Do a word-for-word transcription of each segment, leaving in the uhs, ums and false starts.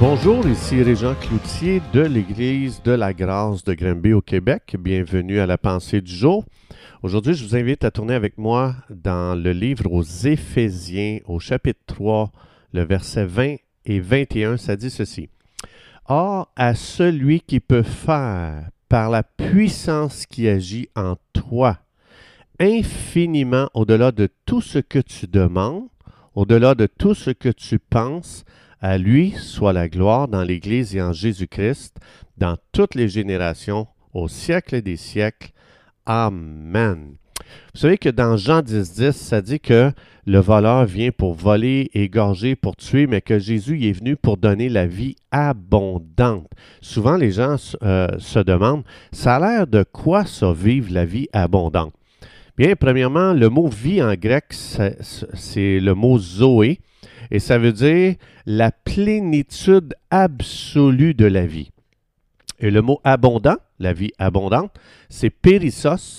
Bonjour, ici Régent Cloutier de l'Église de la Grâce de Granby au Québec. Bienvenue à la pensée du jour. Aujourd'hui, je vous invite à tourner avec moi dans le livre aux Éphésiens, au chapitre trois, le verset vingt et vingt et un, ça dit ceci. « Or, à celui qui peut faire, par la puissance qui agit en toi, infiniment au-delà de tout ce que tu demandes, au-delà de tout ce que tu penses, à lui soit la gloire dans l'Église et en Jésus-Christ, dans toutes les générations, au siècle des siècles. Amen. » Vous savez que dans Jean dix, dix, ça dit que le voleur vient pour voler, égorger, pour tuer, mais que Jésus y est venu pour donner la vie abondante. Souvent, les gens euh, se demandent, ça a l'air de quoi ça, vivre la vie abondante? Bien, premièrement, le mot « vie » en grec, c'est, c'est le mot « zoé », et ça veut dire la plénitude absolue de la vie. Et le mot « abondant », la vie abondante, c'est « périssos »,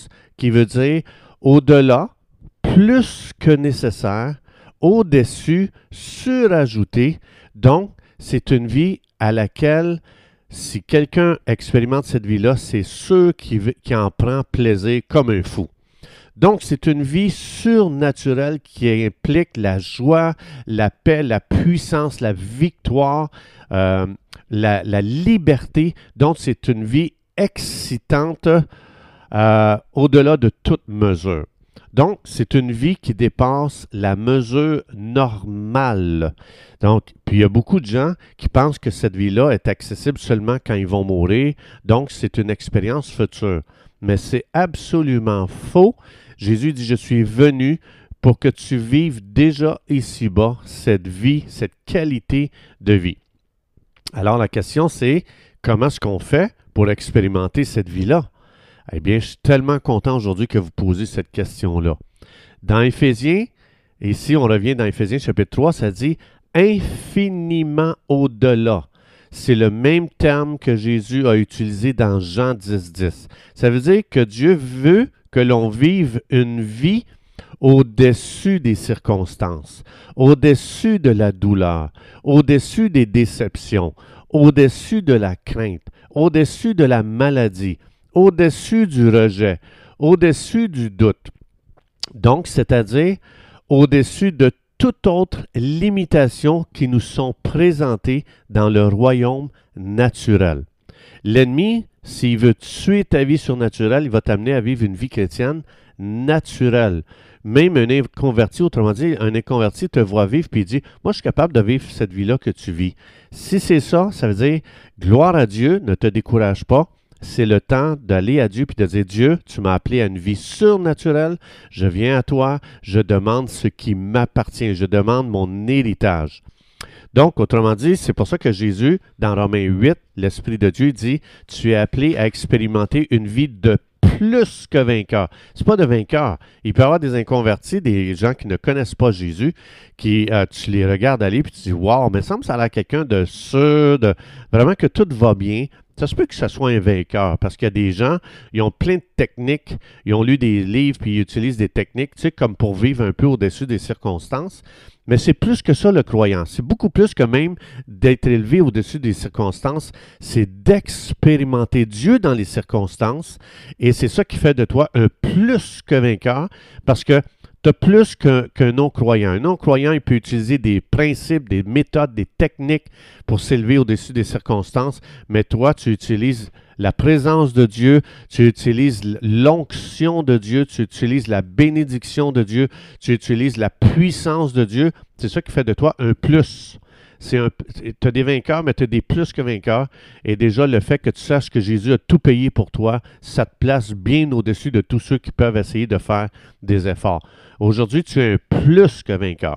qui veut dire au-delà, plus que nécessaire, au-dessus, surajouté. Donc, c'est une vie à laquelle, si quelqu'un expérimente cette vie-là, c'est sûr qu'il, qu'il en prend plaisir comme un fou. Donc, c'est une vie surnaturelle qui implique la joie, la paix, la puissance, la victoire, euh, la, la liberté. Donc, c'est une vie excitante euh, au-delà de toute mesure. Donc, c'est une vie qui dépasse la mesure normale. Donc, puis il y a beaucoup de gens qui pensent que cette vie-là est accessible seulement quand ils vont mourir. Donc, c'est une expérience future. Mais c'est absolument faux. Jésus dit, je suis venu pour que tu vives déjà ici-bas cette vie, cette qualité de vie. Alors la question c'est, comment est-ce qu'on fait pour expérimenter cette vie-là? Eh bien, je suis tellement content aujourd'hui que vous posez cette question-là. Dans Éphésiens, ici on revient dans Éphésiens chapitre trois, ça dit infiniment au-delà. C'est le même terme que Jésus a utilisé dans Jean dix, dix. Ça veut dire que Dieu veut que l'on vive une vie au-dessus des circonstances, au-dessus de la douleur, au-dessus des déceptions, au-dessus de la crainte, au-dessus de la maladie, au-dessus du rejet, au-dessus du doute. Donc, c'est-à-dire au-dessus de toute autre limitation qui nous sont présentées dans le royaume naturel. L'ennemi, s'il veut tuer ta vie surnaturelle, il va t'amener à vivre une vie chrétienne naturelle. Même un inconverti, autrement dit, un inconverti te voit vivre puis il dit « Moi, je suis capable de vivre cette vie-là que tu vis. » Si c'est ça, ça veut dire « Gloire à Dieu, ne te décourage pas. » C'est le temps d'aller à Dieu puis de dire « Dieu, tu m'as appelé à une vie surnaturelle. Je viens à toi. Je demande ce qui m'appartient. Je demande mon héritage. » Donc, autrement dit, c'est pour ça que Jésus, dans Romains huit, l'Esprit de Dieu dit « Tu es appelé à expérimenter une vie de plus que vainqueur. » C'est pas de vainqueur. Il peut y avoir des inconvertis, des gens qui ne connaissent pas Jésus, qui euh, tu les regardes aller puis tu dis « Wow, mais ça me semble que ça a l'air quelqu'un de sûr, de vraiment que tout va bien. » Ça se peut que ce soit un vainqueur, parce qu'il y a des gens, ils ont plein de techniques, ils ont lu des livres, puis ils utilisent des techniques, tu sais, comme pour vivre un peu au-dessus des circonstances. Mais c'est plus que ça, le croyant. C'est beaucoup plus que même d'être élevé au-dessus des circonstances. C'est d'expérimenter Dieu dans les circonstances, et c'est ça qui fait de toi un plus que vainqueur, parce que tu as plus qu'un, qu'un non-croyant. Un non-croyant, il peut utiliser des principes, des méthodes, des techniques pour s'élever au-dessus des circonstances, mais toi, tu utilises la présence de Dieu, tu utilises l'onction de Dieu, tu utilises la bénédiction de Dieu, tu utilises la puissance de Dieu. C'est ça qui fait de toi un plus. Tu as des vainqueurs, mais tu as des plus que vainqueurs. Et déjà, le fait que tu saches que Jésus a tout payé pour toi, ça te place bien au-dessus de tous ceux qui peuvent essayer de faire des efforts. Aujourd'hui, tu es un plus que vainqueur.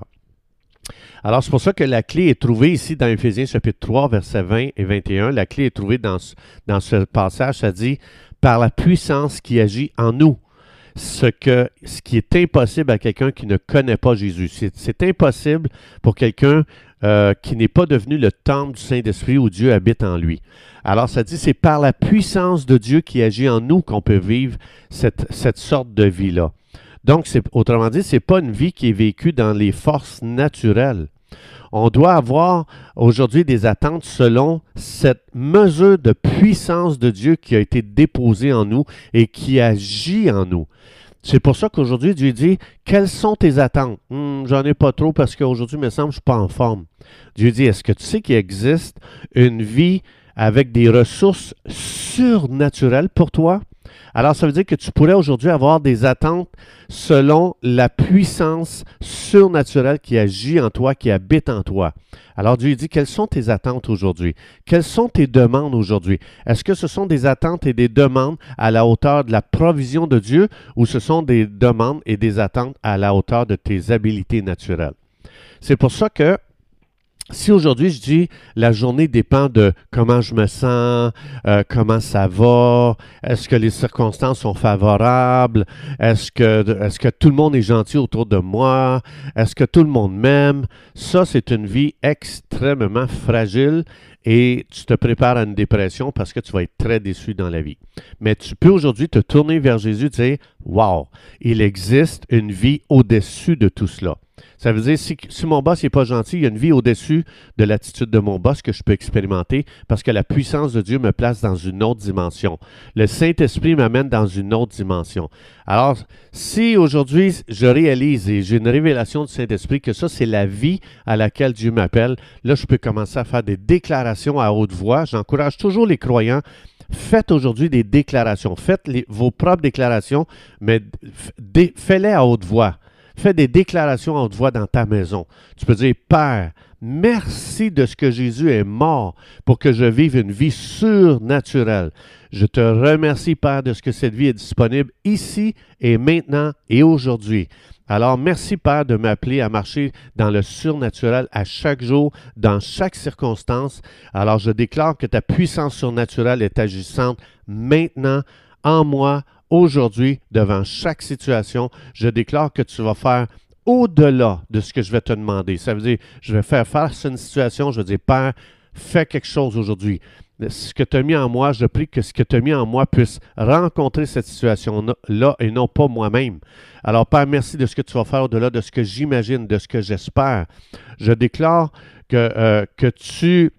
Alors, c'est pour ça que la clé est trouvée ici dans Éphésiens chapitre trois, versets vingt et vingt et un. La clé est trouvée dans ce, dans ce passage, ça dit « Par la puissance qui agit en nous ». Ce, que, ce qui est impossible à quelqu'un qui ne connaît pas Jésus. C'est, c'est impossible pour quelqu'un euh, qui n'est pas devenu le temple du Saint-Esprit où Dieu habite en lui. Alors, ça dit, c'est par la puissance de Dieu qui agit en nous qu'on peut vivre cette, cette sorte de vie-là. Donc, c'est, autrement dit, ce n'est pas une vie qui est vécue dans les forces naturelles. On doit avoir aujourd'hui des attentes selon cette mesure de puissance de Dieu qui a été déposée en nous et qui agit en nous. C'est pour ça qu'aujourd'hui, Dieu dit, quelles sont tes attentes? Hum, j'en ai pas trop parce qu'aujourd'hui, il me semble que je ne suis pas en forme. Dieu dit, est-ce que tu sais qu'il existe une vie avec des ressources surnaturelles pour toi? Alors, ça veut dire que tu pourrais aujourd'hui avoir des attentes selon la puissance surnaturelle qui agit en toi, qui habite en toi. Alors, Dieu dit, quelles sont tes attentes aujourd'hui? Quelles sont tes demandes aujourd'hui? Est-ce que ce sont des attentes et des demandes à la hauteur de la provision de Dieu ou ce sont des demandes et des attentes à la hauteur de tes habiletés naturelles? C'est pour ça que si aujourd'hui je dis la journée dépend de comment je me sens, euh, comment ça va, est-ce que les circonstances sont favorables, est-ce que, est-ce que tout le monde est gentil autour de moi, est-ce que tout le monde m'aime, ça c'est une vie extrêmement fragile et tu te prépares à une dépression parce que tu vas être très déçu dans la vie. Mais tu peux aujourd'hui te tourner vers Jésus et dire « Wow, il existe une vie au-dessus de tout cela ». Ça veut dire, si, si mon boss n'est pas gentil, il y a une vie au-dessus de l'attitude de mon boss que je peux expérimenter parce que la puissance de Dieu me place dans une autre dimension. Le Saint-Esprit m'amène dans une autre dimension. Alors, si aujourd'hui je réalise et j'ai une révélation du Saint-Esprit que ça, c'est la vie à laquelle Dieu m'appelle, là, je peux commencer à faire des déclarations à haute voix. J'encourage toujours les croyants. Faites aujourd'hui des déclarations. Faites les, vos propres déclarations, mais dé, faites-les à haute voix. Fais des déclarations à haute voix dans ta maison. Tu peux dire, Père, merci de ce que Jésus est mort pour que je vive une vie surnaturelle. Je te remercie, Père, de ce que cette vie est disponible ici et maintenant et aujourd'hui. Alors, merci, Père, de m'appeler à marcher dans le surnaturel à chaque jour, dans chaque circonstance. Alors, je déclare que ta puissance surnaturelle est agissante maintenant en moi, aujourd'hui, devant chaque situation. Je déclare que tu vas faire au-delà de ce que je vais te demander. Ça veut dire, je vais faire face à une situation, je vais dire, Père, fais quelque chose aujourd'hui. Ce que tu as mis en moi, je prie que ce que tu as mis en moi puisse rencontrer cette situation-là et non pas moi-même. Alors, Père, merci de ce que tu vas faire au-delà de ce que j'imagine, de ce que j'espère. Je déclare que, euh, que tu...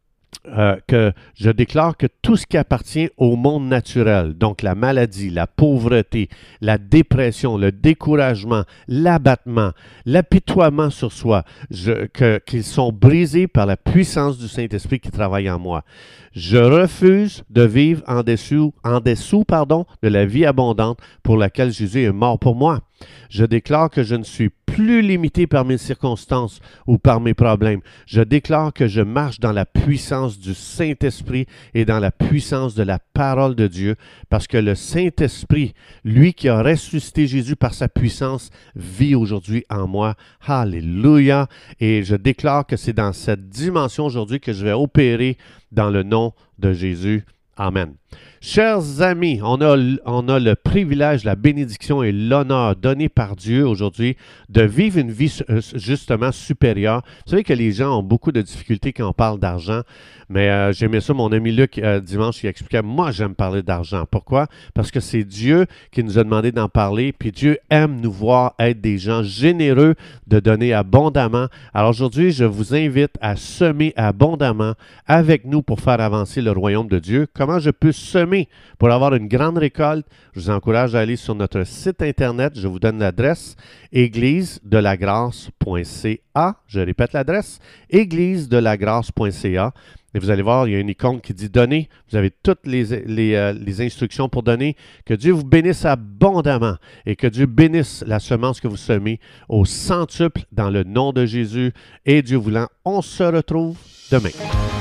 Euh, que je déclare que tout ce qui appartient au monde naturel, donc la maladie, la pauvreté, la dépression, le découragement, l'abattement, l'apitoiement sur soi, je, que, qu'ils sont brisés par la puissance du Saint-Esprit qui travaille en moi. Je refuse de vivre en dessous, en dessous pardon, de la vie abondante pour laquelle Jésus est mort pour moi. Je déclare que je ne suis plus limité par mes circonstances ou par mes problèmes. Je déclare que je marche dans la puissance du Saint-Esprit et dans la puissance de la parole de Dieu, parce que le Saint-Esprit, lui qui a ressuscité Jésus par sa puissance, vit aujourd'hui en moi. Alléluia! Et je déclare que c'est dans cette dimension aujourd'hui que je vais opérer dans le nom de Jésus. Amen. Chers amis, on a, on a le privilège, la bénédiction et l'honneur donné par Dieu aujourd'hui de vivre une vie justement supérieure. Vous savez que les gens ont beaucoup de difficultés quand on parle d'argent, mais euh, j'aimais ça, mon ami Luc, euh, dimanche, il expliquait, moi j'aime parler d'argent. Pourquoi? Parce que c'est Dieu qui nous a demandé d'en parler, puis Dieu aime nous voir être des gens généreux, de donner abondamment. Alors aujourd'hui, je vous invite à semer abondamment avec nous pour faire avancer le royaume de Dieu. Comment je peux semer pour avoir une grande récolte? Je vous encourage à aller sur notre site Internet. Je vous donne l'adresse église de la grâce point c a. Je répète l'adresse, église de la grâce point c a. Et vous allez voir, il y a une icône qui dit « Donner ». Vous avez toutes les, les, euh, les instructions pour donner. Que Dieu vous bénisse abondamment et que Dieu bénisse la semence que vous semez au centuple dans le nom de Jésus. Et Dieu voulant, on se retrouve demain.